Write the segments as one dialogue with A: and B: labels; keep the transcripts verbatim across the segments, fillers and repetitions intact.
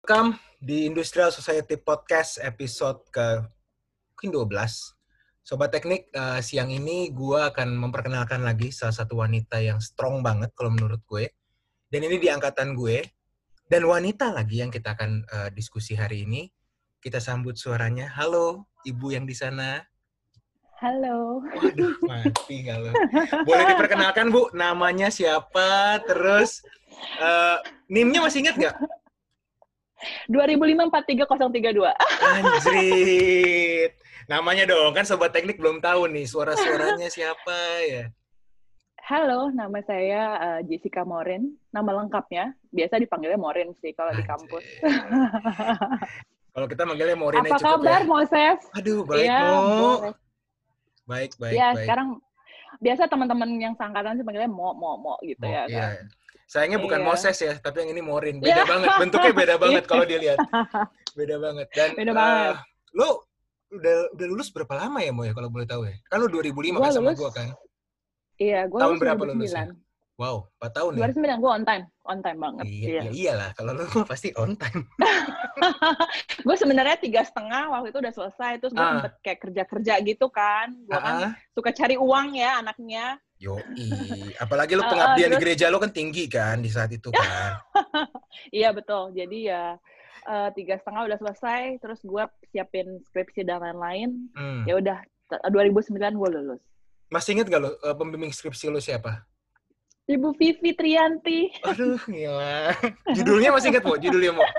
A: Welcome di Industrial Society Podcast episode ke mungkin dua belas. Sobat Teknik, uh, siang ini gue akan memperkenalkan lagi salah satu wanita yang strong banget kalau menurut gue. Dan ini di angkatan gue. Dan wanita lagi yang kita akan uh, diskusi hari ini. Kita sambut suaranya. Halo, Ibu yang di sana.
B: Halo.
A: Waduh, mati kalau. Boleh diperkenalkan, Bu, namanya siapa? Terus, uh, N I M-nya masih ingat nggak?
B: dua ribu lima empat tiga nol tiga dua.
A: Anjrit. Namanya dong, kan Sobat Teknik belum tahu nih suara-suaranya siapa ya.
B: Halo, nama saya uh, Jessica Morin. Nama lengkapnya, biasa dipanggilnya Morin sih kalau di kampus.
A: Kalau kita manggilnya Morin aja cukup ya.
B: Apa kabar, Moses?
A: Aduh, baik, ya, Mo. Boleh. Baik, baik,
B: ya,
A: baik.
B: Sekarang biasa teman-teman yang seangkatan sih panggilnya Mo, Mo, Mo gitu Mo, ya kan.
A: Iya. Sayangnya bukan
B: iya.
A: Moses ya, tapi yang ini Morin. Beda yeah. banget, bentuknya beda banget kalau dilihat. Beda banget. Dan
B: beda
A: uh,
B: banget.
A: Lo udah udah lulus berapa lama ya, Mo ya, kalau boleh tahu ya? Kan lo dua ribu lima
B: gua
A: kan sama
B: lulus,
A: gue kan?
B: Iya, gue
A: tahun
B: lulus
A: berapa
B: dua ribu sembilan.
A: lulusnya? Wow, empat tahun ya?
B: dua ribu sembilan, gue on time. On time banget.
A: Iya,
B: iya.
A: Ya iyalah, kalau lo pasti on time.
B: Gue sebenarnya tiga setengah waktu itu udah selesai, terus gue
A: ah.
B: sempet kayak kerja-kerja gitu kan. Gue
A: ah,
B: kan
A: ah.
B: suka cari uang ya anaknya.
A: Yoi, apalagi lo pengabdian uh, uh, terus, di gereja lo kan tinggi kan di saat itu kan.
B: Iya betul, jadi ya uh, tiga setengah udah selesai, terus gue siapin skripsi dan lain-lain. Hmm. Ya udah dua ribu sembilan gue lulus.
A: Masih inget gak lo uh, pembimbing skripsi lo siapa?
B: Ibu Vivi Trianti.
A: Aduh, gila. Judulnya masih inget, Mo? Judulnya, Mo?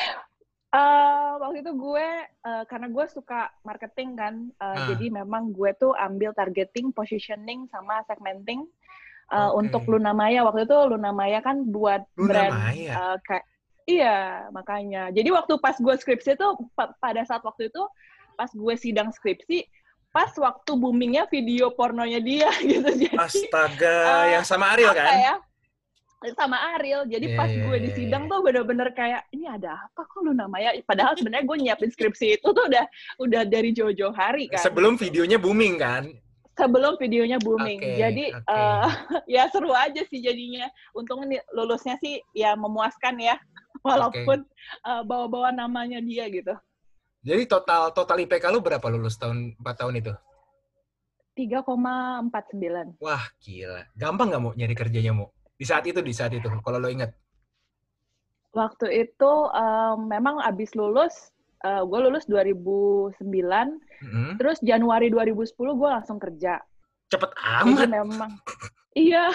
B: Uh, waktu itu gue, uh, karena gue suka marketing kan, uh, ah. jadi memang gue tuh ambil targeting, positioning, sama segmenting uh, okay. untuk Luna Maya. Waktu itu Luna Maya kan buat
A: Luna
B: brand.
A: Maya?
B: Uh, kayak, iya, makanya. Jadi waktu pas gue skripsi tuh, pa- pada saat waktu itu, pas gue sidang skripsi, pas waktu boomingnya video pornonya dia gitu. Jadi,
A: astaga, uh, yang sama Ariel kan?
B: Ya? Sama Ariel, jadi yeah, pas gue di sidang tuh bener-bener kayak ini ada apa kok Luna Maya, padahal sebenarnya gue nyiapin skripsi itu tuh udah udah dari jauh-jauh hari kan.
A: Sebelum videonya booming kan?
B: Sebelum videonya booming, okay, jadi okay. Uh, ya seru aja sih jadinya. Untung nih lulusnya sih ya memuaskan ya, walaupun okay. uh, bawa-bawa namanya dia gitu.
A: Jadi total total I P K lu berapa lulus tahun empat tahun itu?
B: tiga koma empat sembilan.
A: Wah gila, gampang nggak mau nyari kerjanya mau? Di saat itu, di saat itu, kalau lo ingat?
B: Waktu itu um, memang abis lulus, uh, gue lulus dua ribu sembilan, mm-hmm. terus Januari dua ribu sepuluh gue langsung kerja.
A: Cepet amat.
B: Jadi memang, iya.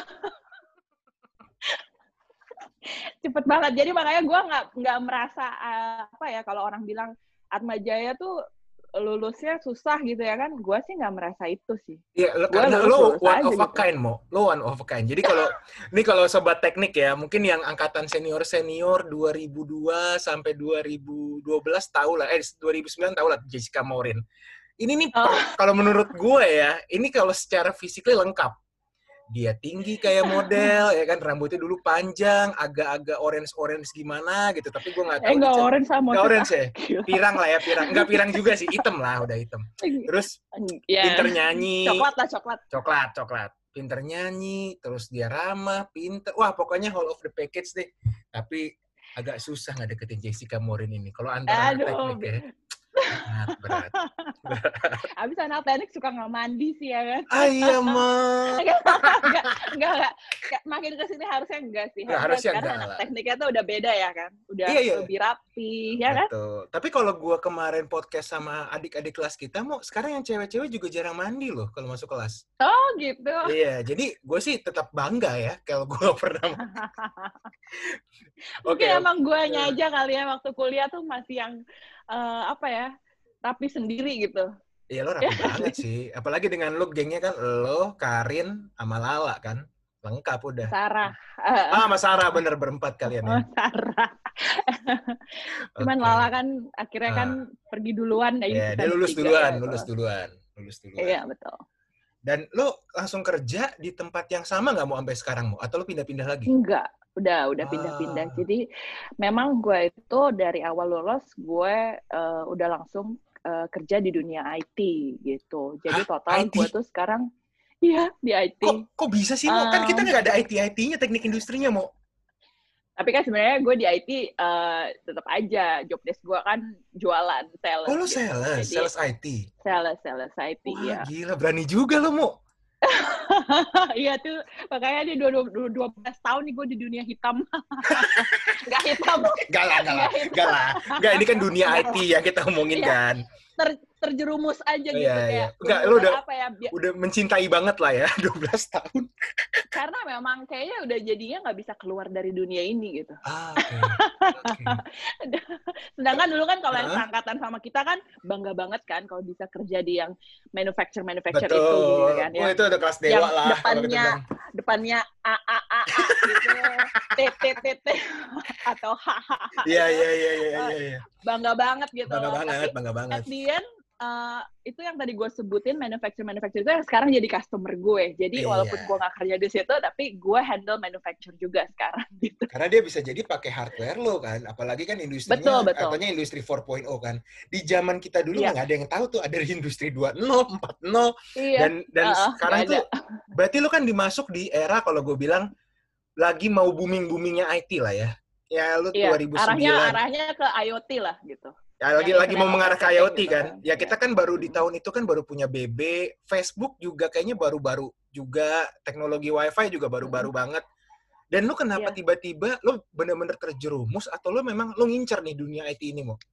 B: Cepet banget. Jadi makanya gue nggak nggak merasa uh, apa ya kalau orang bilang Atma Jaya tuh lulusnya susah gitu ya kan, gue sih nggak merasa itu sih.
A: Iya, karena lo one of a kind, Mo. Lo one of a kind. Jadi kalau, ini kalau Sobat Teknik ya, mungkin yang angkatan senior-senior dua ribu dua sampai dua ribu dua belas tahu lah, eh dua ribu sembilan tahu lah Jessica Morin. Ini nih, oh. kalau menurut gue ya, ini kalau secara fisiknya lengkap. Dia tinggi kayak model, ya kan, rambutnya dulu panjang, agak-agak orange-orange gimana gitu, tapi gue nggak tahu.
B: Eh, nggak orange sama.
A: Nggak orange ya? Pirang lah ya, pirang. Nggak pirang juga sih, hitam lah, udah hitam. Terus, yeah. pinter nyanyi.
B: Coklat lah, coklat.
A: Coklat, coklat. Pinter nyanyi, terus dia ramah, pinter. Wah, pokoknya whole of the package deh. Tapi agak susah nggak deketin Jessica Morin ini. Kalau antara teknik ya. Berat, berat.
B: Abis anak teknik suka nggak mandi sih ya kan?
A: Ah iya mah.
B: enggak, enggak, enggak. Makin kesini harusnya enggak sih.
A: Nah, harusnya
B: karena
A: enggak
B: anak
A: lah.
B: Tekniknya tuh udah beda ya kan? Udah
A: iya, iya.
B: lebih rapi, ya kan?
A: Betul. Tapi kalau gue kemarin podcast sama adik-adik kelas kita, mau sekarang yang cewek-cewek juga jarang mandi loh kalau masuk kelas.
B: Oh gitu?
A: Iya, jadi gue sih tetap bangga ya kalau gue pernah.
B: Oke. Okay. Emang guanya aja kali ya waktu kuliah tuh masih yang uh, apa ya? Rapi sendiri gitu.
A: Iya, lo rapi banget sih. Apalagi dengan lo gengnya kan lo, Karin, sama Lala kan. Lengkap udah.
B: Sarah.
A: Ah, sama Sarah bener berempat kalian ya.
B: Oh, Sarah. Cuman okay. Lala kan akhirnya kan ah. pergi duluan.
A: Iya, dia lulus duluan, ya, lulus duluan. Lulus duluan.
B: Iya, betul.
A: Dan lo langsung kerja di tempat yang sama nggak mau sampai sekarang mau? Atau lo pindah-pindah lagi?
B: Enggak. Udah, udah pindah-pindah. Ah. Jadi memang gue itu dari awal lulus, gue uh, udah langsung Uh, kerja di dunia I T gitu. Jadi
A: Hah?
B: total
A: I T?
B: gue tuh sekarang iya di I T.
A: Kok, kok bisa sih, Mo? Um, kan kita nggak ada I T I T-nya, teknik industrinya, Mo.
B: Tapi kan sebenarnya gue di I T uh, tetap aja job desk gue kan jualan, sales.
A: Oh, lo
B: gitu.
A: sales,
B: Jadi,
A: sales I T?
B: Sales, sales I T,
A: wah,
B: ya.
A: Gila, berani juga lo, Mo.
B: Iya tuh, makanya dia dua belas tahun nih gue di dunia hitam. Nggak hitam.
A: Nggak lah, nggak lah. Nggak lah. Nggak, ini kan dunia I T yang kita omongin
B: ya,
A: kan.
B: Ter, terjerumus aja
A: oh,
B: gitu.
A: Iya,
B: kayak
A: iya. Nggak, lo udah,
B: apa ya,
A: udah mencintai banget lah ya, dua belas tahun.
B: Karena memang kayaknya udah jadinya nggak bisa keluar dari dunia ini gitu.
A: Ah, oke. Okay. Okay.
B: Sedangkan dulu kan kalau yang seangkatan sama kita kan bangga banget kan kalau bisa kerja di yang manufacture manufacture itu gitu kan ya.
A: Oh, itu udah kelas dewa
B: yang
A: lah.
B: Depannya depannya a a a a gitu, t t t t atau h h h.
A: Iya iya iya iya iya.
B: Bangga banget gitu.
A: Bangga
B: loh.
A: banget,
B: Tapi
A: bangga banget.
B: At the end, Uh, itu yang tadi gue sebutin manufacture manufacture itu yang sekarang jadi customer gue. Jadi
A: iya.
B: walaupun gue nggak kerja di situ, tapi gue handle manufacture juga sekarang gitu.
A: Karena dia bisa jadi pakai hardware lo kan, apalagi kan industrinya,
B: betul, betul.
A: katanya industri empat titik nol kan. Di zaman kita dulu nggak yeah. ada yang tahu tuh ada industri dua titik nol, empat titik nol,
B: iya.
A: dan dan uh, sekarang tuh berarti lo kan dimasuk di era kalau gue bilang lagi mau booming boomingnya I T lah ya. Ya lo
B: iya.
A: dua ribu sembilan.
B: Arahnya arahnya ke IoT lah gitu.
A: Ya, lagi lagi mau mengarah ke IoT gitu, kan. kan. Ya kita kan baru di tahun itu kan baru punya B B, Facebook juga kayaknya baru-baru juga, teknologi WiFi juga baru-baru hmm. banget. Dan lu kenapa yeah. tiba-tiba lu bener-bener terjerumus atau lu memang lu ngincer nih dunia I T ini, Mo?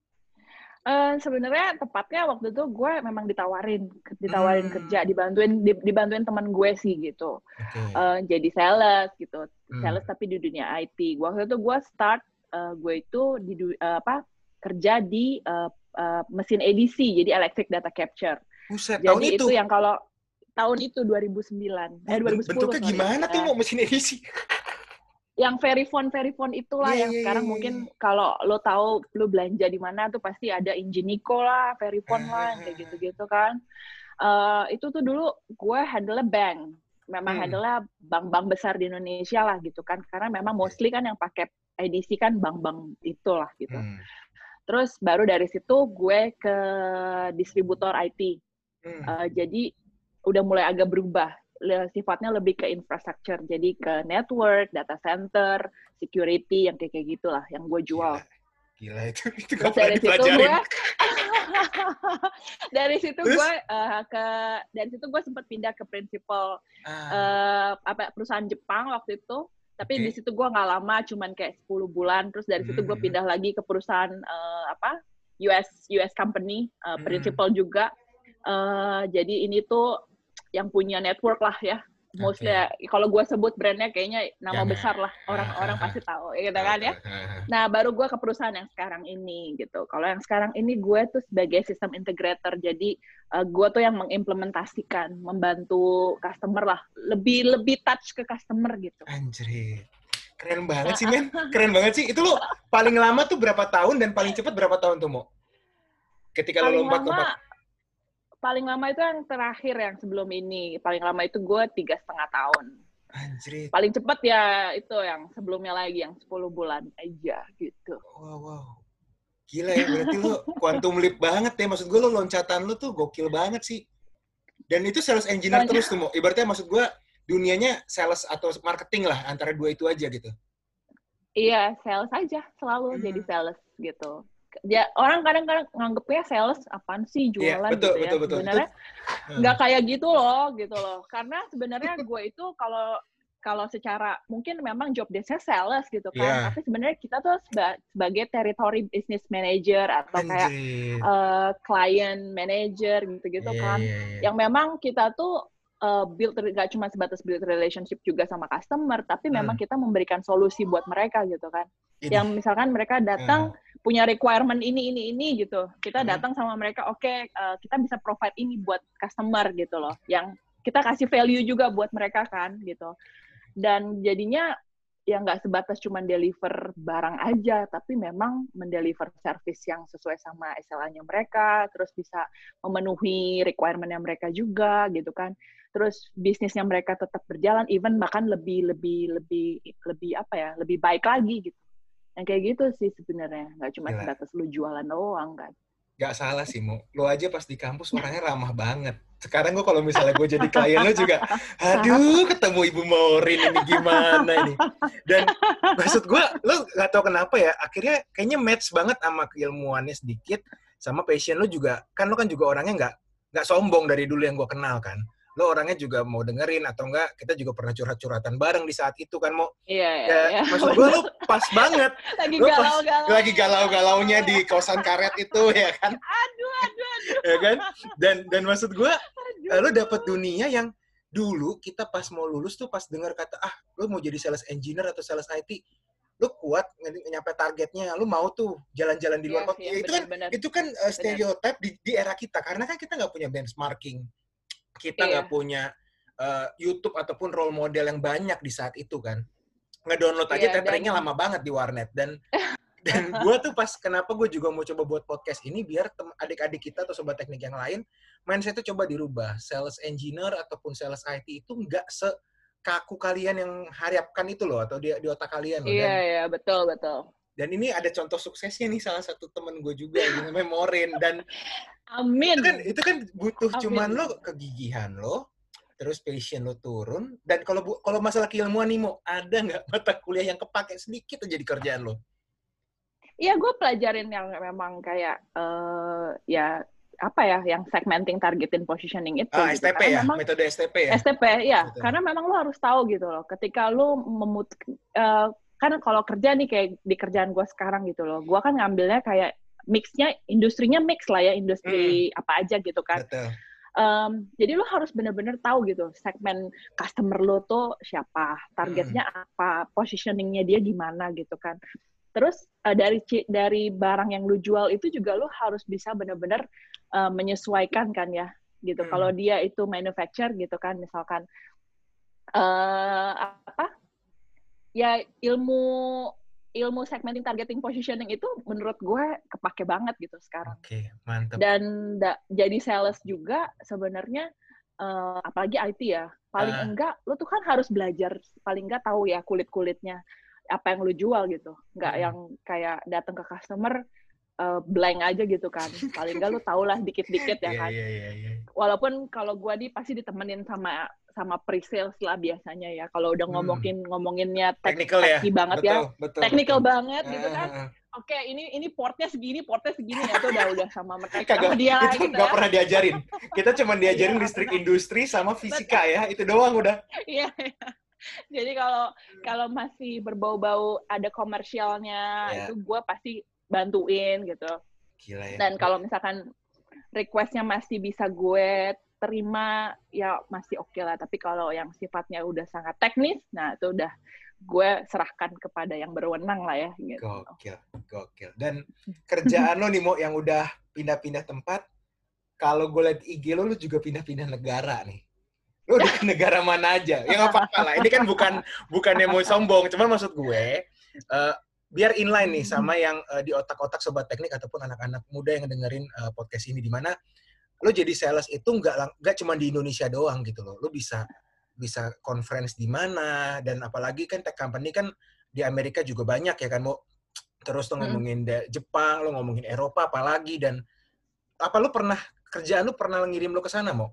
B: Uh, sebenarnya tepatnya waktu itu gue memang ditawarin, ditawarin hmm. kerja, dibantuin dibantuin teman gue sih gitu. Okay. Uh, jadi sales gitu, hmm. sales tapi di dunia I T. Waktu itu gue start uh, gue itu di uh, apa? kerja di uh, uh, mesin edisi, jadi electric data capture.
A: Buset,
B: jadi
A: tahun
B: itu,
A: itu
B: yang kalau tahun itu dua ribu sembilan, eh dua ribu sepuluh.
A: Bentuknya sorry. Gimana tuh mau mesin edisi?
B: Yang Verifone Verifone itulah yeah, yang yeah, sekarang yeah, mungkin yeah. kalau lo tahu lo belanja di mana tuh pasti ada Ingenico lah, Verifone uh, lah, kayak gitu-gitu kan. Uh, itu tuh dulu gue handle bank, memang hmm. handle bank-bank besar di Indonesia lah gitu kan, karena memang mostly kan yang pakai edisi kan bank-bank itulah gitu. Hmm. Terus baru dari situ gue ke distributor I T. Hmm. Uh, jadi udah mulai agak berubah. Sifatnya lebih ke infrastructure. Jadi ke network, data center, security, yang kayak kayak gitulah yang gue jual.
A: Gila, Gila itu. Itu
B: Terus dari situ gue dari situ Terus? gue uh, ke dari situ gue sempat pindah ke principal ah. uh, apa perusahaan Jepang waktu itu. Tapi okay. di situ gue nggak lama, cuman kayak sepuluh bulan. Terus dari situ gue pindah lagi ke perusahaan uh, apa U S U S company, uh, principal hmm. juga. Uh, jadi ini tuh yang punya network lah ya. Mostly okay. kalau gue sebut brandnya kayaknya nama Jangan. besar lah, orang-orang pasti tahu, gitu kan ya. Nah baru gue ke perusahaan yang sekarang ini gitu. Kalau yang sekarang ini gue tuh sebagai system integrator, jadi uh, gue tuh yang mengimplementasikan, membantu customer lah, lebih lebih touch ke customer gitu.
A: Anjir, keren banget sih men, keren banget sih. Itu lo paling lama tuh berapa tahun dan paling cepat berapa tahun tuh Mo? Ketika lo lompat-lompat.
B: Paling lama itu yang terakhir, yang sebelum ini. Paling lama itu gue tiga setengah tahun.
A: Anjir.
B: Paling cepat ya itu yang sebelumnya lagi, yang sepuluh bulan aja gitu.
A: Wow, wow. Gila ya, berarti lo quantum leap banget ya. Maksud gue lo loncatan lo tuh gokil banget sih. Dan itu sales engineer Banyak. terus tuh, Mo. Ibaratnya maksud gue dunianya sales atau marketing lah, antara dua itu aja gitu.
B: Iya, sales aja. Selalu hmm. jadi sales gitu. Ya, orang kadang-kadang nganggepnya sales apaan sih jualan yeah, betul, gitu ya. Betul, betul, sebenarnya nggak hmm. kayak gitu loh, gitu loh. Karena sebenarnya gue itu kalau kalau secara mungkin memang job desk-nya sales gitu kan, yeah. tapi sebenarnya kita tuh seba, sebagai territory business manager atau Anjir. kayak uh, client manager gitu-gitu yeah, kan, yeah, yeah. yang memang kita tuh uh, build nggak cuma sebatas build relationship juga sama customer, tapi hmm. memang kita memberikan solusi buat mereka gitu kan. Ini. Yang misalkan mereka datang uh. punya requirement ini ini ini gitu, kita uh. datang sama mereka, oke okay, uh, kita bisa provide ini buat customer gitu loh, yang kita kasih value juga buat mereka kan gitu. Dan jadinya ya nggak sebatas cuma deliver barang aja, tapi memang mendeliver service yang sesuai sama S L A-nya mereka, terus bisa memenuhi requirement-nya mereka juga gitu kan. Terus bisnisnya mereka tetap berjalan, even bahkan lebih lebih lebih lebih apa ya, lebih baik lagi gitu. Yang kayak gitu sih sebenarnya, nggak cuma sebatas lu jualan doang kan.
A: Gak salah sih, Mo. Lo aja pas di kampus orangnya ramah banget. Sekarang gue kalau misalnya gue jadi klien lo juga, aduh ketemu Ibu Maureen ini gimana ini. Dan maksud gue, lo gak tau kenapa ya, akhirnya kayaknya match banget sama keilmuannya sedikit, sama passion lo juga. Kan lo kan juga orangnya gak, gak sombong dari dulu yang gue kenal kan. Lo orangnya juga mau dengerin atau enggak, kita juga pernah curhat-curhatan bareng di saat itu kan, Mo.
B: Iya, iya,
A: ya,
B: iya.
A: Maksud gue lo pas banget.
B: Lagi
A: Lo
B: galau-galau.
A: Lagi galau-galaunya di kosan karet itu ya kan.
B: Aduh, aduh, aduh.
A: Ya kan? Dan dan maksud gue, lo dapet dunia yang dulu kita pas mau lulus tuh pas dengar kata, ah lo mau jadi sales engineer atau sales I T, lo kuat nyampe targetnya, lo mau tuh jalan-jalan di luar kota.
B: Yes, yes,
A: ya, itu kan
B: bener,
A: itu kan uh, stereotip di, di era kita, karena kan kita nggak punya benchmarking, kita nggak
B: iya.
A: punya uh, YouTube ataupun role model yang banyak di saat itu kan. Ngedownload aja
B: Iya,
A: teteringnya
B: dan...
A: lama banget di warnet. Dan dan gue tuh pas kenapa gue juga mau coba buat podcast ini biar tem- adik-adik kita atau sobat teknik yang lain mindset itu coba dirubah. Sales engineer ataupun sales I T itu nggak sekaku kalian yang harapkan itu loh, atau di, di otak kalian loh.
B: Iya,
A: Dan,
B: iya, betul, betul.
A: Dan ini ada contoh suksesnya nih, salah satu temen gue juga yang namanya Maureen. Dan
B: amin.
A: Itu kan, itu kan butuh
B: Amin.
A: Cuman lo kegigihan lo, terus passion lo turun. Dan kalau kalau masalah keilmuan nih, Mo, ada nggak mata kuliah yang kepake sedikit aja di kerjaan lo?
B: Iya, gue pelajarin yang memang kayak uh, ya apa ya, yang segmenting, targeting, positioning itu.
A: Ah,
B: gitu.
A: S T P
B: karena
A: ya,
B: memang,
A: metode S T P ya.
B: S T P ya,
A: Betul.
B: Karena memang lo harus tahu gitu loh. Ketika lo memut, uh, kan kalau kerja nih kayak di kerjaan gue sekarang gitu loh, gue kan ngambilnya kayak mixnya, industrinya mix lah ya, industri hmm. apa aja gitu kan.
A: Betul.
B: Um, jadi lo harus benar-benar tahu gitu segmen customer lo tuh siapa, targetnya hmm. apa, positioningnya dia gimana gitu kan. Terus uh, dari dari barang yang lu jual itu juga lu harus bisa benar-benar uh, menyesuaikan kan ya gitu. Hmm. Kalau dia itu manufacture gitu kan, misalkan uh, apa ya, ilmu ilmu segmenting, targeting, positioning itu menurut gue kepake banget gitu sekarang.
A: Oke, mantap.
B: Dan da, jadi sales juga sebenarnya uh, apalagi I T ya, paling uh. enggak lu tuh kan harus belajar, paling enggak tahu ya kulit-kulitnya apa yang lu jual gitu, nggak hmm. yang kayak datang ke customer uh, blank aja gitu kan. Paling nggak lu tau lah dikit-dikit ya kan.
A: Yeah, yeah, yeah, yeah.
B: Walaupun kalau gua di pasti ditemenin sama sama pre-sales lah biasanya ya. Kalau udah ngomongin hmm. ngomonginnya tek-
A: technical ya,
B: banget
A: betul,
B: ya,
A: betul,
B: technical
A: betul.
B: banget gitu kan. Oke, okay, ini ini portnya segini, portnya segini ya, itu udah udah sama mereka.
A: Kagak,
B: dia
A: itu
B: gitu
A: nggak
B: ya.
A: pernah diajarin. Kita cuma diajarin listrik industri sama fisika ya, itu doang udah.
B: Iya. Jadi kalau kalau masih berbau-bau ada komersialnya, yeah. itu gue pasti bantuin gitu.
A: Gila ya.
B: Dan kalau misalkan request-nya masih bisa gue terima, ya masih oke okay lah. Tapi kalau yang sifatnya udah sangat teknis, nah itu udah gue serahkan kepada yang berwenang lah ya. Gitu.
A: Gokil, gokil. Dan kerjaan lo nih, Mo, yang udah pindah-pindah tempat, kalau gue liat I G lo, lo juga pindah-pindah negara nih. Lo di negara mana aja? Ya nggak apa-apa lah. Ini kan bukan bukannya mau sombong, cuman maksud gue uh, biar inline nih sama yang uh, di otak-otak sobat teknik ataupun anak-anak muda yang dengerin uh, podcast ini, di mana lo jadi sales itu nggak nggak cuma di Indonesia doang gitu loh. Lo bisa bisa conference di mana, dan apalagi kan tech company kan di Amerika juga banyak ya kan, Mo. Terus lo ngomongin hmm. Jepang, lo ngomongin Eropa apalagi, dan apa lo pernah kerjaan lo pernah ngirim lo ke sana, Mo?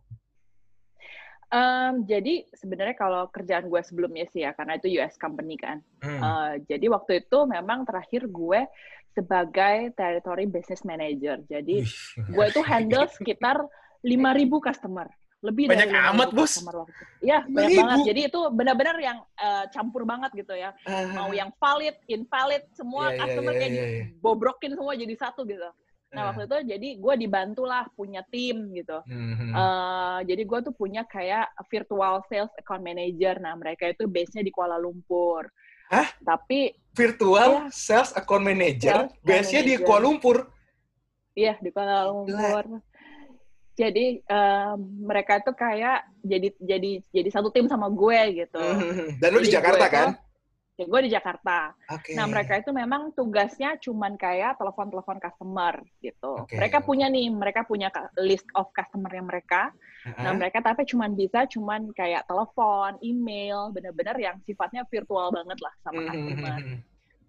B: Um, jadi sebenarnya kalau kerjaan gue sebelumnya sih ya, karena itu U S company kan. Hmm. Uh, jadi waktu itu memang terakhir gue sebagai territory business manager. Jadi gue itu handle sekitar lima ribu customer. Lebih
A: banyak
B: dari
A: amat, Bos.
B: Customer waktu itu. Iya, banyak banget. Jadi itu benar-benar yang uh, campur banget gitu ya. Uh, Mau yang valid, invalid, semua yeah, customer yeah, yeah, kayak yeah, yeah. dibobrokin semua jadi satu gitu. Nah, waktu itu jadi gue dibantulah punya tim gitu. Mm-hmm. Uh, jadi gue tuh punya kayak virtual sales account manager. Nah, mereka itu base-nya di Kuala Lumpur.
A: Hah?
B: Tapi
A: virtual ya, sales account manager, sales base-nya manager. Di Kuala Lumpur?
B: Iya, di Kuala Lumpur. Gila. Jadi uh, mereka tuh kayak jadi jadi jadi satu tim sama gue gitu.
A: Mm-hmm. Dan lu di Jakarta kan?
B: Ya, gue di Jakarta.
A: Okay.
B: Nah, mereka itu memang tugasnya cuman kayak telepon-telepon customer gitu. Okay. Mereka
A: okay.
B: punya nih, mereka punya list of customer yang mereka. Uh-huh. Nah, mereka tapi cuman bisa cuman kayak telepon, email, benar-benar yang sifatnya virtual banget lah sama customer. Mm-hmm.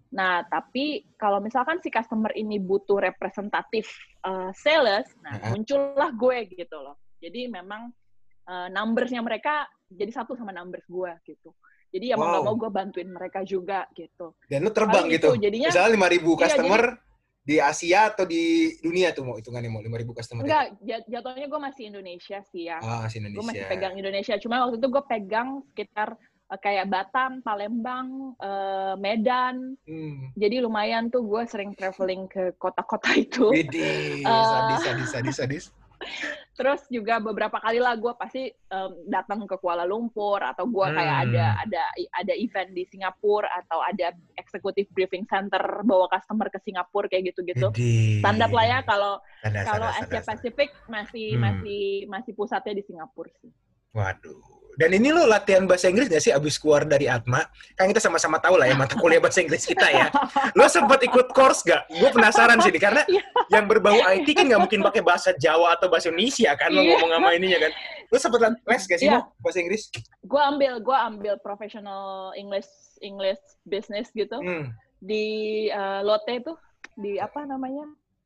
B: Nah, tapi kalau misalkan si customer ini butuh representatif uh, sales, nah uh-huh. muncullah gue gitu loh. Jadi memang uh, numbers-nya mereka jadi satu sama numbers gue gitu. Jadi ya wow. mau nggak mau gue bantuin mereka juga gitu.
A: Dan lu terbang gitu? Itu, jadinya, misalnya lima ribu customer iya, jadi, di Asia atau di dunia tuh mau hitungannya mau lima ribu customer?
B: Enggak, itu? Jatuhnya gue masih Indonesia sih ya.
A: Ah, masih Indonesia.
B: Gue masih pegang Indonesia. Cuma waktu itu gue pegang sekitar kayak Batam, Palembang, uh, Medan. Hmm. Jadi lumayan tuh gue sering traveling ke kota-kota itu.
A: Widih, uh, sadis, sadis, sadis, sadis.
B: Terus juga beberapa kali lah gue pasti um, datang ke Kuala Lumpur atau gue hmm. kayak ada ada ada event di Singapura atau ada executive briefing center bawa customer ke Singapura kayak gitu-gitu. Widih. Standar lah ya kalau kalau Asia Pasifik masih hmm. masih masih pusatnya di Singapura sih.
A: Waduh. Dan ini lo latihan bahasa Inggris nggak sih abis keluar dari Atma? Kan kita sama-sama tahu lah ya mata kuliah bahasa Inggris kita ya. Lo sempat ikut course nggak? Gue penasaran sih, karena yang berbau I T kan nggak mungkin pakai bahasa Jawa atau bahasa Indonesia kan lo ngomong sama ininya kan. Lo sempat les nggak sih yeah. Mo, bahasa Inggris?
B: Gue ambil, gue ambil professional English English business gitu hmm. di uh, Lotte tuh, di apa namanya?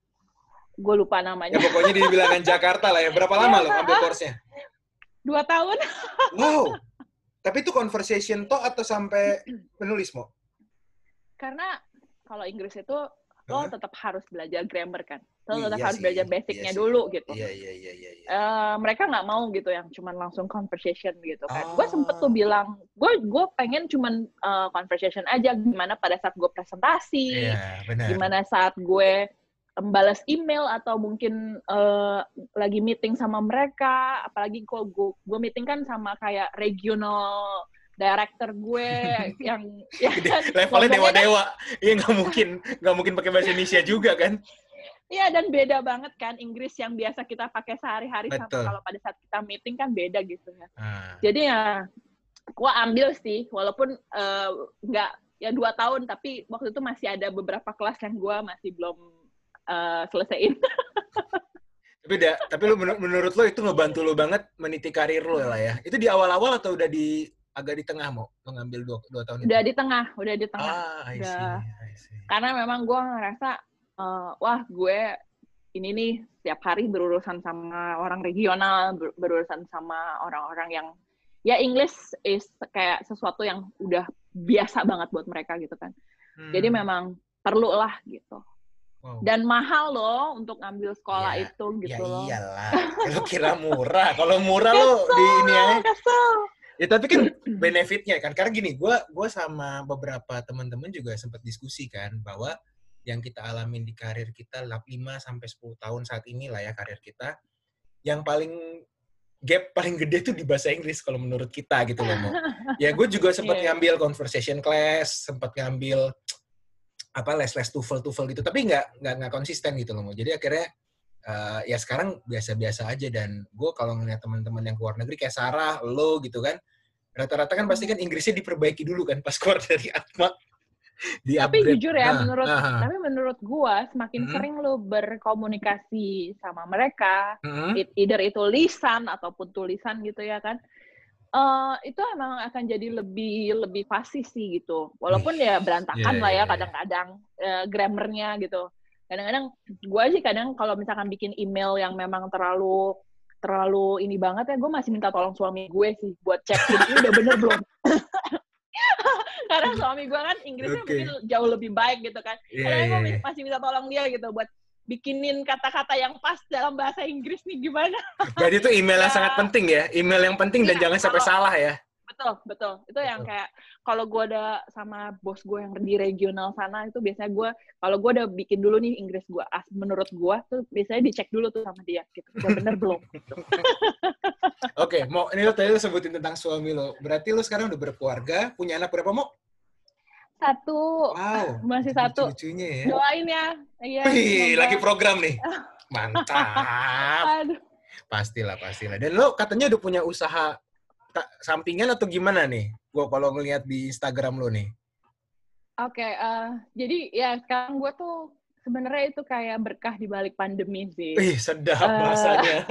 B: Gue lupa namanya.
A: Ya pokoknya di bilangan Jakarta lah ya. Berapa lama lo ambil course-nya?
B: Dua tahun.
A: Wow. Tapi itu conversation talk atau sampai menulis, Mo?
B: Karena kalau Inggris itu lo huh? tetap harus belajar grammar kan. Lo tetap iya harus sih, belajar basicnya iya dulu gitu.
A: Iya, iya, iya, iya. iya.
B: Uh, mereka nggak mau gitu yang cuman langsung conversation gitu kan. Oh. Gue sempet tuh bilang, gue gue pengen cuman uh, conversation aja. Gimana pada saat gue presentasi,
A: iya, benar.
B: Gimana saat gue membalas email atau mungkin uh, lagi meeting sama mereka, apalagi kalau gue, gue meeting kan sama kayak regional director gue yang ya kan,
A: levelnya dewa-dewa, iya nggak mungkin nggak mungkin pakai bahasa Indonesia juga kan?
B: Iya, dan beda banget kan Inggris yang biasa kita pakai sehari-hari sama kalau pada saat kita meeting kan beda gitu ya. Ah. Jadi ya, gue ambil sih, walaupun nggak uh, ya dua tahun, tapi waktu itu masih ada beberapa kelas yang gue masih belum Uh, selesaiin.
A: Tapi udah, tapi lu menurut lo itu ngebantu lo banget meniti karir lo lah ya. Itu di awal-awal atau udah di agak di tengah Mo? Lo ngambil dua, dua tahun
B: udah
A: itu?
B: di tengah, udah di tengah.
A: Ah, I see,
B: udah.
A: I see.
B: Karena memang gue ngerasa, uh, wah gue ini nih setiap hari berurusan sama orang regional, ber- berurusan sama orang-orang yang ya English is kayak sesuatu yang udah biasa banget buat mereka gitu kan. Hmm. Jadi memang perlu lah gitu. Wow. Dan mahal loh untuk ngambil sekolah ya, itu gitu
A: ya
B: loh.
A: Ya iyalah. Lo kira murah. Kalau murah lo di ini aja.
B: Kesel.
A: Ya tapi kan benefitnya kan. Karena gini, gue gue sama beberapa teman-teman juga sempat diskusi kan bahwa yang kita alamin di karir kita lima sampai sepuluh tahun saat ini lah ya karir kita, yang paling gap paling gede tuh di bahasa Inggris kalau menurut kita gitu loh Mo. Ya gue juga sempat yeah. ngambil conversation class, sempat ngambil apa les-les TOEFL TOEFL gitu, tapi nggak nggak nggak konsisten gitu loh Mo. Jadi akhirnya uh, ya sekarang biasa-biasa aja. Dan gue kalau ngeliat teman-teman yang keluar negeri kayak Sarah, lo gitu kan, rata-rata kan pasti kan Inggrisnya diperbaiki dulu kan pas keluar dari Atma.
B: Tapi jujur ya, nah, menurut nah. tapi menurut gue semakin mm-hmm. sering lo berkomunikasi sama mereka, mm-hmm. it, either itu lisan ataupun tulisan gitu ya kan. Uh, itu emang akan jadi lebih lebih fasih sih gitu, walaupun ya berantakan yeah, lah ya yeah, kadang-kadang uh, grammarnya gitu. Kadang-kadang gue sih kadang kalau misalkan bikin email yang memang terlalu terlalu ini banget ya, gue masih minta tolong suami gue sih buat cek ini udah bener belum. Karena suami gue kan Inggrisnya okay. mungkin jauh lebih baik gitu kan. Yeah, Karena yeah, gue yeah. masih minta tolong dia gitu buat bikinin kata-kata yang pas dalam bahasa Inggris nih gimana.
A: Jadi itu email yang ya. sangat penting ya. Email yang penting ya, dan jangan sampai salah ya.
B: Betul, betul. Itu betul. Yang kayak kalau gue ada sama bos gue yang di regional sana, itu biasanya gue, kalau gue udah bikin dulu nih Inggris gue, as menurut gue, tuh biasanya dicek dulu tuh sama dia. Gitu. Udah bener belum? Gitu.
A: Oke, okay, Mo, ini lo tadi lo sebutin tentang suami lo. Berarti lo sekarang udah berkeluarga, punya anak berapa, Mo?
B: Satu.
A: Wow.
B: Masih satu.
A: Lucu-lucunya ya.
B: Doain ya. Iya.
A: Wih, lagi program nih. Mantap. Aduh. Pastilah, pastilah. Dan lo katanya udah punya usaha sampingan atau gimana nih? Gue kalau ngeliat di Instagram lo nih.
B: Oke, okay, uh, jadi ya sekarang gue tuh sebenarnya itu kayak berkah di balik pandemi sih.
A: Ih, sedap uh, bahasanya.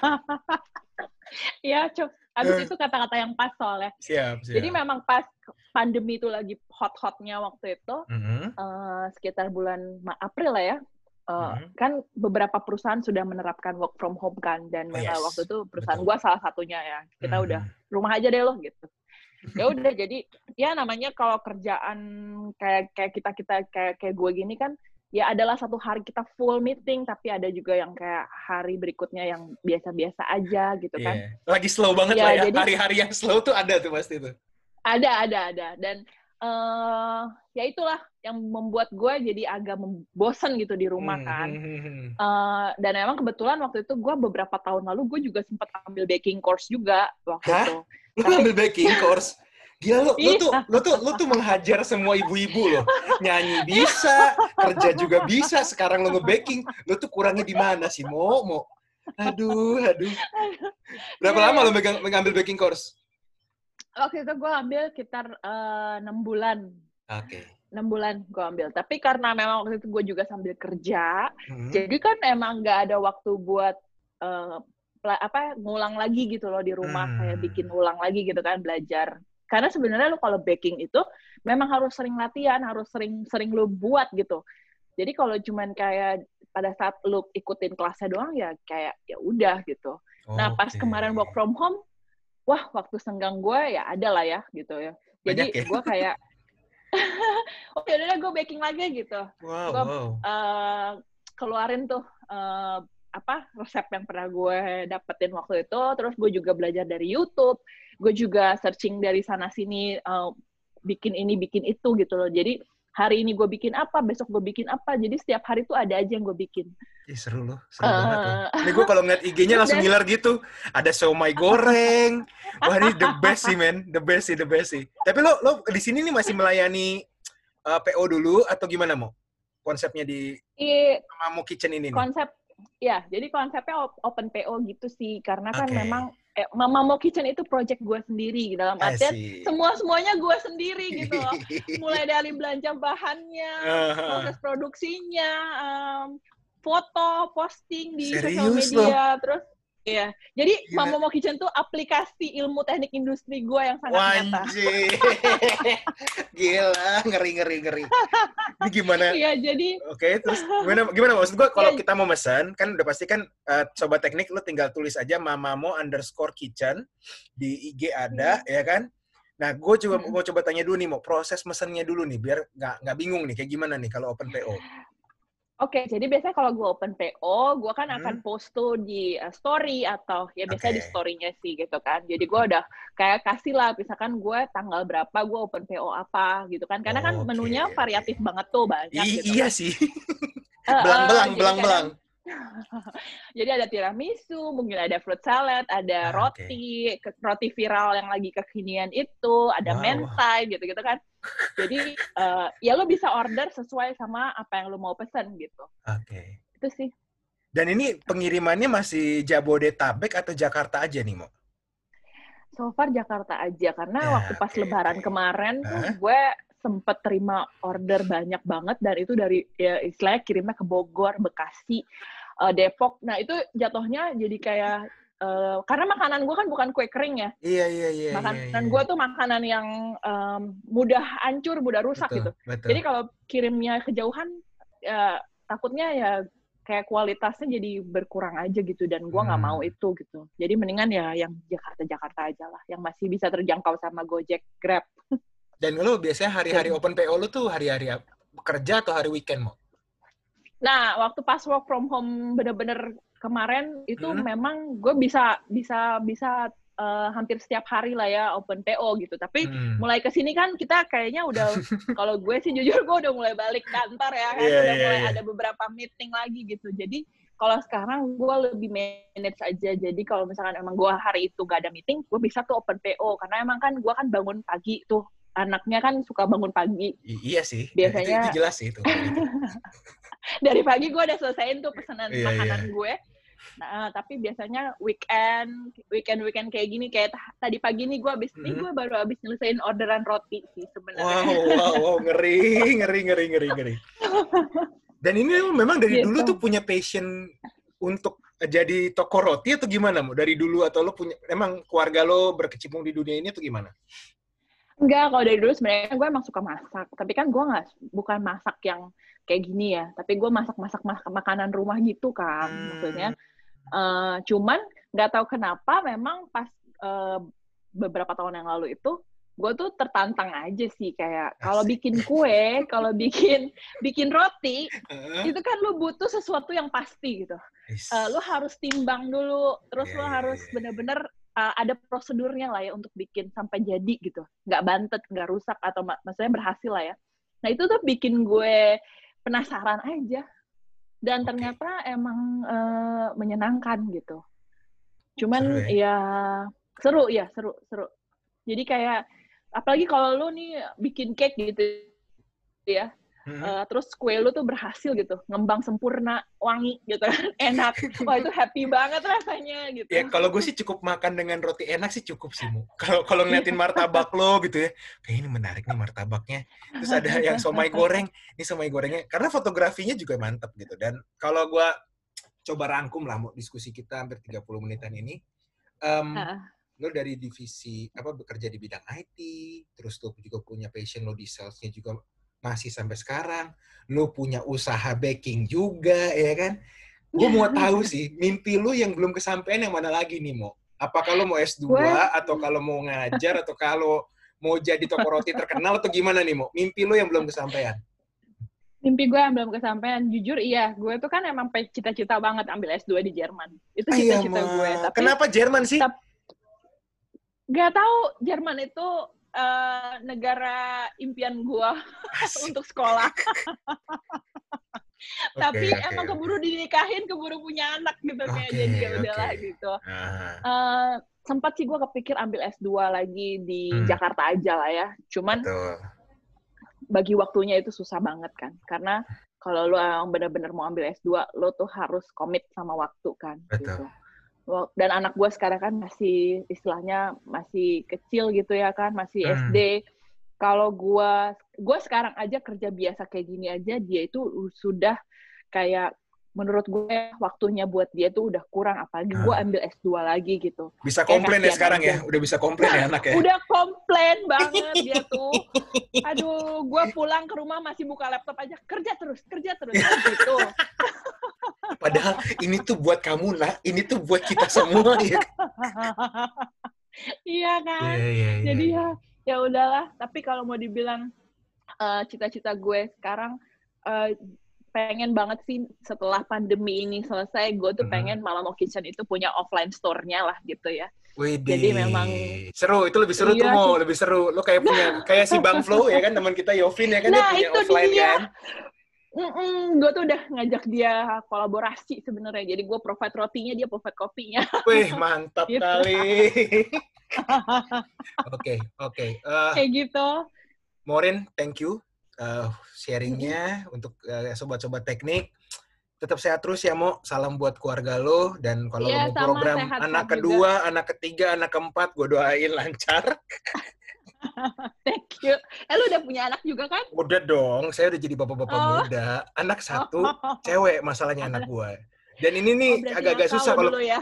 B: Ya, Cuk. Abis itu kata-kata yang pas soalnya.
A: Siap, siap.
B: Jadi memang pas pandemi itu lagi hot-hotnya waktu itu, mm-hmm. uh, sekitar bulan April lah ya, uh, mm-hmm. kan beberapa perusahaan sudah menerapkan work from home kan, dan oh, yes. uh, waktu itu perusahaan gue salah satunya ya, kita mm-hmm. udah rumah aja deh loh gitu. Ya udah jadi ya namanya kalau kerjaan kayak kayak kita kita kayak kayak gue gini kan, ya adalah satu hari kita full meeting, tapi ada juga yang kayak hari berikutnya yang biasa-biasa aja gitu kan.
A: Yeah. Lagi slow banget ya, lah ya, jadi, hari-hari yang slow tuh ada tuh pasti tuh.
B: Ada, ada, ada. Dan uh, ya itulah yang membuat gue jadi agak bosan gitu di rumah kan. Hmm. Uh, dan emang kebetulan waktu itu gue beberapa tahun lalu gue juga sempat ambil baking course juga waktu
A: Hah?
B: itu.
A: Lu tapi, ambil baking course? Gila lo, lo tuh, lo tuh, lo tuh menghajar semua ibu-ibu loh. Nyanyi bisa, kerja juga bisa. Sekarang lo nge-baking, lo tuh kurangnya di mana sih, Mo? Mo? Aduh, aduh. Berapa yeah, lama yeah. lo megang, mengambil baking course?
B: Waktu itu gue ambil sekitar uh, enam bulan.
A: Oke. Okay.
B: enam bulan gue ambil. Tapi karena memang waktu itu gue juga sambil kerja, hmm. jadi kan emang nggak ada waktu buat uh, apa ngulang lagi gitu loh di rumah, hmm. kayak bikin ulang lagi gitu kan, belajar. Karena sebenarnya lo kalau baking itu memang harus sering latihan, harus sering-sering lo buat gitu. Jadi kalau cuman kayak pada saat lo ikutin kelasnya doang ya kayak ya udah gitu. Oh, nah pas okay. kemarin work from home, wah waktu senggang gue ya ada lah ya gitu ya. Jadi ya? gue kayak, oh ya udah gue baking lagi gitu.
A: Wow,
B: gue
A: wow.
B: Uh, keluarin tuh uh, apa resep yang pernah gue dapetin waktu itu, terus gue juga belajar dari YouTube, gue juga searching dari sana sini, uh, bikin ini bikin itu gitu loh. Jadi hari ini gue bikin apa, besok gue bikin apa, jadi setiap hari tuh ada aja yang gue bikin.
A: Ih, seru loh, seru uh, banget loh. Ini gue kalau ngeliat I G-nya langsung ngiler gitu, ada siomay goreng, wah ini the best sih men, the best sih, the best sih. Tapi lo lo di sini nih masih melayani uh, P O dulu atau gimana Mo? Konsepnya di I, Mamo Kitchen ini nih?
B: Konsep ya, jadi konsepnya open P O gitu sih, karena kan okay. memang eh, Mamo Kitchen itu project gue sendiri, dalam artian semua-semuanya gue sendiri gitu loh. Mulai dari belanja bahannya, uh-huh. proses produksinya, um, foto, posting di sosial media, loh? Terus ya. Jadi Gila. Mamo Kitchen tuh aplikasi ilmu teknik industri gue yang sangat nyata.
A: Gila, ngeri ngeri ngeri. Ini gimana?
B: Iya, jadi
A: Oke, okay, terus gimana gimana maksud gue kalau ya, kita mau pesan, kan udah pasti kan uh, sobat teknik lu tinggal tulis aja mamamo underscore kitchen di I G ada, hmm. ya kan? Nah, gue coba hmm. mau coba tanya dulu nih, mau proses mesennya dulu nih biar nggak nggak bingung nih kayak gimana nih kalau open P O.
B: Oke, okay, jadi biasanya kalau gue open P O, gue kan hmm. akan post tuh di uh, story atau ya biasanya okay. di story-nya sih gitu kan. Jadi gue udah kayak kasih lah, misalkan gue tanggal berapa gue open P O apa gitu kan. Karena kan okay. menunya variatif banget tuh, banyak
A: I-
B: gitu.
A: Iya sih. Belang-belang, uh, uh, belang-belang.
B: Jadi ada tiramisu, mungkin ada fruit salad, ada ah, roti, okay. roti viral yang lagi kekinian itu, ada wow. mentai gitu-gitu kan. Jadi uh, ya lo bisa order sesuai sama apa yang lo mau pesen gitu.
A: Oke. Okay.
B: Itu sih.
A: Dan ini pengirimannya masih Jabodetabek atau Jakarta aja nih, Mo?
B: So far Jakarta aja, karena ya, waktu pas okay, Lebaran okay. kemarin huh? tuh gue sempet terima order banyak banget, dan itu dari ya istilahnya kirimnya ke Bogor, Bekasi, uh, Depok. Nah itu jatuhnya jadi kayak Uh, karena makanan gue kan bukan kue kering ya.
A: Iya, iya, iya.
B: Makanan
A: iya, iya.
B: gue tuh makanan yang um, mudah hancur, mudah rusak betul, gitu. Betul. Jadi kalau kirimnya kejauhan, ya, takutnya ya kayak kualitasnya jadi berkurang aja gitu. Dan gue nggak hmm. mau itu gitu. Jadi mendingan ya yang Jakarta-Jakarta aja lah. Yang masih bisa terjangkau sama Gojek, Grab.
A: Dan lo biasanya hari-hari open P O lo tuh hari-hari kerja atau hari weekend, Mo?
B: Nah, waktu pas work from home bener-bener kemarin itu hmm. memang gue bisa bisa bisa uh, hampir setiap hari lah ya open P O gitu. Tapi hmm. mulai kesini kan kita kayaknya udah kalau gue sih jujur gue udah mulai balik kantor ya kan, yeah, udah yeah, mulai yeah. ada beberapa meeting lagi gitu. Jadi kalau sekarang gue lebih manage aja. Jadi kalau misalkan emang gue hari itu gak ada meeting, gue bisa tuh open P O karena emang kan gue kan bangun pagi tuh. Anaknya kan suka bangun pagi.
A: I- iya sih.
B: Biasanya
A: itu, itu jelas sih itu.
B: Dari pagi gue udah selesaiin tuh pesanan
A: yeah,
B: makanan
A: yeah.
B: gue. Nah, tapi biasanya weekend, weekend-weekend kayak gini, kayak t- tadi pagi nih gue abis, mm-hmm. nih gue baru abis nyelesain orderan roti sih sebenarnya.
A: Wow, wow, wow, ngeri, ngeri, ngeri, ngeri, ngeri. Dan ini memang dari gitu. Dulu tuh punya passion untuk jadi toko roti atau gimana, Mo? Dari dulu atau lo punya, emang keluarga lo berkecimpung di dunia ini atau gimana?
B: Enggak, kalau dari dulu sebenarnya gue emang suka masak. Tapi kan gue nggak, bukan masak yang kayak gini ya. Tapi gue masak-masak makanan rumah gitu kan. Maksudnya,
A: Hmm.
B: uh, cuman nggak tahu kenapa memang pas uh, beberapa tahun yang lalu itu, gue tuh tertantang aja sih. Kayak kalau bikin kue, kalau bikin bikin roti, uh. itu kan lu butuh sesuatu yang pasti gitu. Uh, lu harus timbang dulu, terus yeah, lu yeah, harus yeah. bener-bener Uh, ada prosedurnya lah ya untuk bikin sampai jadi gitu. Nggak bantet, nggak rusak, atau mak- maksudnya berhasil lah ya. Nah itu tuh bikin gue penasaran aja. Dan okay. ternyata emang uh, menyenangkan gitu. Cuman seru ya? ya seru ya, seru, seru. Jadi kayak, apalagi kalau lu nih bikin cake gitu ya, Mm-hmm. Uh, terus kue lu tuh berhasil gitu, ngembang sempurna, wangi gitu, enak. Wah itu happy banget rasanya gitu.
A: Ya kalau gue sih cukup makan dengan roti enak sih cukup sih, Mu. Kalau kalau ngeliatin martabak lo gitu ya, kayak ini menarik nih martabaknya. Terus ada yang somai goreng, ini somai gorengnya. Karena fotografinya juga mantep gitu. Dan kalau gue coba rangkum lah, Mu, diskusi kita hampir tiga puluh menitan ini. Um, uh. Lo dari divisi apa bekerja di bidang I T, terus lo juga punya passion lo di sales-nya juga masih sampai sekarang, lu punya usaha baking juga, ya kan? Gue mau tahu sih, mimpi lu yang belum kesampaian yang mana lagi nih, Mo? Apakah lu mau S dua, gue... atau kalau mau ngajar, atau kalau mau jadi toko roti terkenal, atau gimana nih, Mo? Mimpi lu yang belum kesampaian?
B: Mimpi gue yang belum kesampaian, jujur iya. Gue tuh kan emang cita-cita banget ambil S dua di Jerman. Itu cita-cita Ayah, gue. Tapi,
A: kenapa Jerman sih?
B: Tap... Gak tahu, Jerman itu Uh, negara impian gua untuk sekolah. okay, Tapi okay, emang keburu okay. dinikahin, keburu punya anak gitu okay, kayak jadi ya udahlah okay. gitu. Uh. Uh, sempat sih gua kepikir ambil S dua lagi di hmm. Jakarta aja lah ya. Cuman Betul. bagi waktunya itu susah banget kan. Karena kalau lu yang benar-benar mau ambil S dua, lu tuh harus komit sama waktu kan.
A: Betul.
B: Gitu. Dan anak gue sekarang kan masih istilahnya masih kecil gitu ya kan, masih hmm. S D. Kalau gue, gue sekarang aja kerja biasa kayak gini aja, dia itu sudah kayak menurut gue waktunya buat dia tuh udah kurang, apalagi gue ambil S dua lagi gitu.
A: Bisa komplain ya sekarang aja. ya? Udah bisa komplain ya anak ya?
B: Udah komplain banget dia tuh. Aduh, gue pulang ke rumah masih buka laptop aja, kerja terus, kerja terus gitu.
A: Padahal ini tuh buat kamu lah, ini tuh buat kita semua ya.
B: Iya kan.
A: Yeah, yeah, yeah,
B: Jadi
A: yeah.
B: ya ya udahlah. Tapi kalau mau dibilang uh, cita-cita gue sekarang uh, pengen banget sih setelah pandemi ini selesai, gue tuh pengen mm-hmm. Malamo Kitchen itu punya offline store-nya lah gitu ya.
A: Widih.
B: Jadi memang
A: seru, itu lebih seru iya, tuh mau lebih seru. Lo kayak punya kayak si Bang Flo ya kan, teman kita Yovin ya kan,
B: nah,
A: dia punya offline
B: dia.
A: kan.
B: Mm-mm, gue tuh udah ngajak dia kolaborasi sebenarnya. Jadi gue provide rotinya, dia provide kopinya.
A: Wih, mantap gitu. Kali. Oke, oke.
B: Kayak gitu.
A: Maureen, thank you uh, sharingnya mm-hmm. untuk uh, sobat-sobat teknik. Tetap sehat terus ya, Mo. Salam buat keluarga lo. Dan kalau yeah, lo mau program anak kedua, juga. anak ketiga, anak keempat, gue doain lancar.
B: Thank you. Eh, lu udah punya anak juga kan?
A: Udah dong, saya udah jadi bapak-bapak oh. muda. Anak satu, oh. cewek masalahnya anak gue. Dan ini nih oh, agak-agak susah kalau...
B: ya.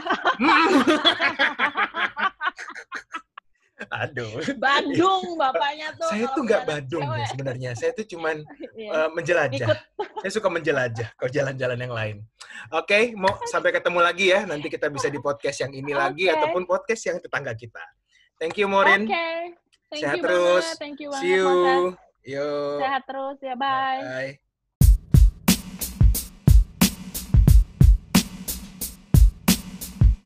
A: Aduh.
B: Badung bapaknya tuh.
A: Saya tuh nggak badung ya, sebenarnya. Saya tuh cuman uh, menjelajah. Ikut. Saya suka menjelajah kalau jalan-jalan yang lain. Oke, okay, mau sampai ketemu lagi ya. Nanti kita bisa di podcast yang ini okay. lagi ataupun podcast yang tetangga kita. Thank you, Maureen.
B: Oke. Okay. Thank
A: Sehat
B: you
A: terus.
B: Banget. Thank you
A: See you.
B: Banget,
A: Yo.
B: Sehat terus ya. Bye.
A: Bye.